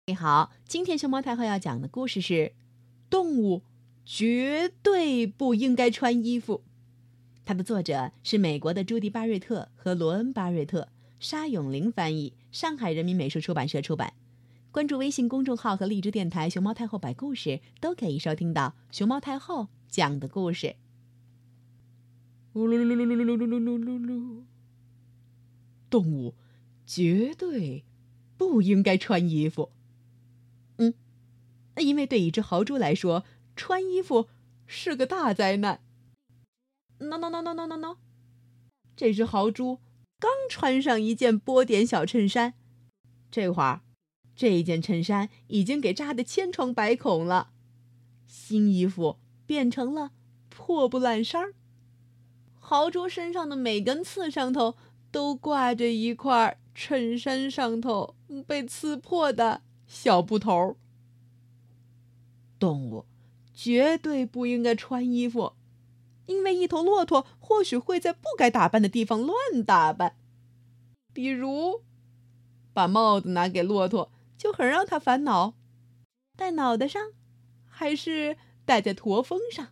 你好，今天熊猫太后要讲的故事是动物绝对不应该穿衣服。它的作者是美国的朱迪·巴瑞特和罗恩·巴瑞特，沙永玲翻译，上海人民美术出版社出版。关注微信公众号和荔枝电台熊猫太后摆故事，都可以收听到熊猫太后讲的故事。动物绝对不应该穿衣服。因为对一只豪猪来说，穿衣服是个大灾难。No！ 这只豪猪刚穿上一件波点小衬衫，这会儿，这件衬衫已经给扎得千疮百孔了，新衣服变成了破布烂衫儿。豪猪身上的每根刺上头都挂着一块衬衫上头被刺破的小布头。动物绝对不应该穿衣服，因为一头骆驼或许会在不该打扮的地方乱打扮。比如，把帽子拿给骆驼就很让他烦恼，戴脑袋上还是戴在驼峰上？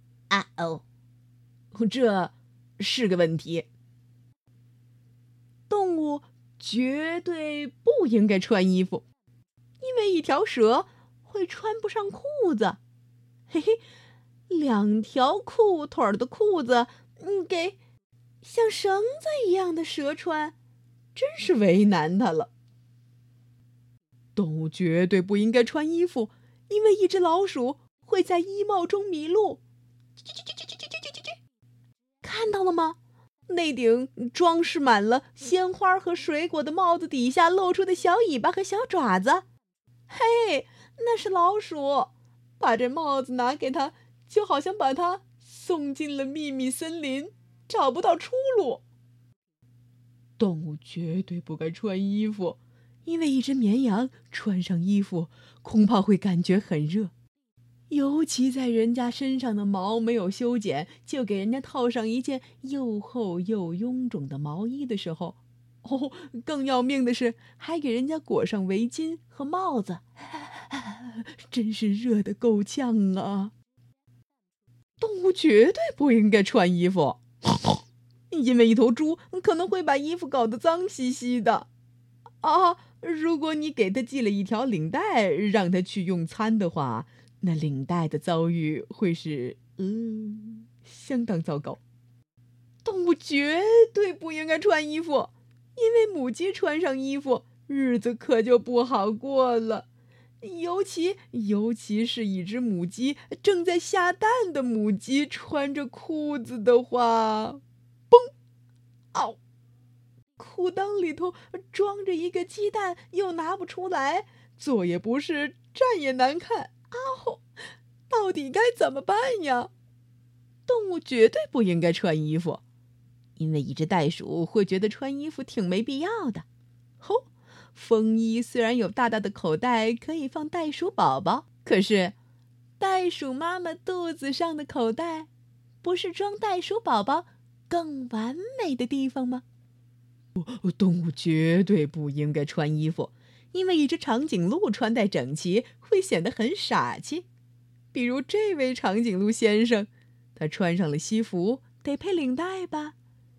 这是个问题。动物绝对不应该穿衣服，因为一条蛇会穿不上裤子。两条裤腿的裤子，给像绳子一样的蛇穿，真是为难它了。动物绝对不应该穿衣服，因为一只老鼠会在衣帽中迷路。看到了吗？那顶装饰满了鲜花和水果的帽子底下露出的小尾巴和小爪子。那是老鼠，把这帽子拿给他，就好像把他送进了秘密森林，找不到出路。动物绝对不该穿衣服，因为一只绵羊穿上衣服恐怕会感觉很热，尤其在人家身上的毛没有修剪，就给人家套上一件又厚又臃肿的毛衣的时候，更要命的是，还给人家裹上围巾和帽子，真是热得够呛啊！动物绝对不应该穿衣服，因为一头猪可能会把衣服搞得脏兮兮的。如果你给它系了一条领带，让它去用餐的话，那领带的遭遇会是相当糟糕。动物绝对不应该穿衣服，因为母鸡穿上衣服，日子可就不好过了。尤其是一只母鸡正在下蛋的母鸡穿着裤子的话，裤裆里头装着一个鸡蛋，又拿不出来，坐也不是，站也难看，到底该怎么办呀？动物绝对不应该穿衣服，因为一只袋鼠会觉得穿衣服挺没必要的。风衣虽然有大大的口袋可以放袋鼠宝宝，可是袋鼠妈妈肚子上的口袋不是装袋鼠宝宝更完美的地方吗？动物绝对不应该穿衣服，因为一只长颈鹿穿戴整齐会显得很傻气。比如这位长颈鹿先生，他穿上了西服，得配领带吧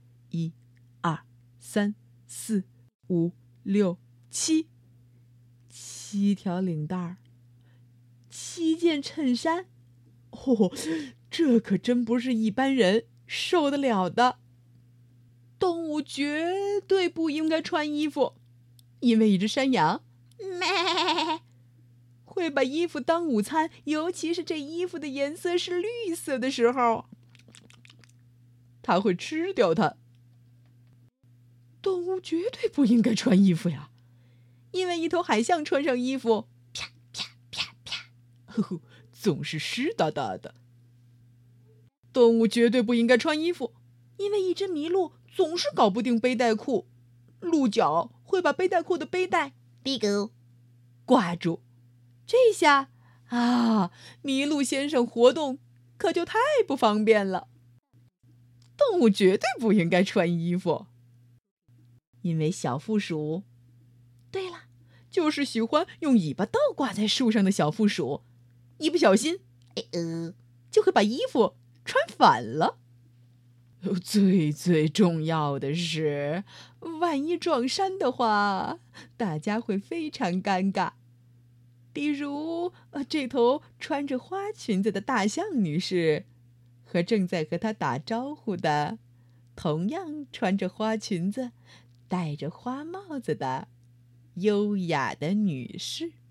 ？1、2、3、4、5、6、7条领带，7件衬衫，这可真不是一般人受得了的。动物绝对不应该穿衣服，因为一只山羊会把衣服当午餐，尤其是这衣服的颜色是绿色的时候，它会吃掉它。动物绝对不应该穿衣服呀，因为一头海象穿上衣服，啪啪啪啪，总是湿哒哒的。动物绝对不应该穿衣服，因为一只麋鹿总是搞不定背带裤，鹿角会把背带裤的背带挂住，这下麋鹿先生活动可就太不方便了。动物绝对不应该穿衣服，因为小负鼠，对了， 就是喜欢用尾巴倒挂在树上的小负鼠，一不小心，就会把衣服穿反了。最重要的是，万一撞衫的话，大家会非常尴尬。比如，这头穿着花裙子的大象女士，和正在和她打招呼的，同样穿着花裙子、戴着花帽子的优雅的女士。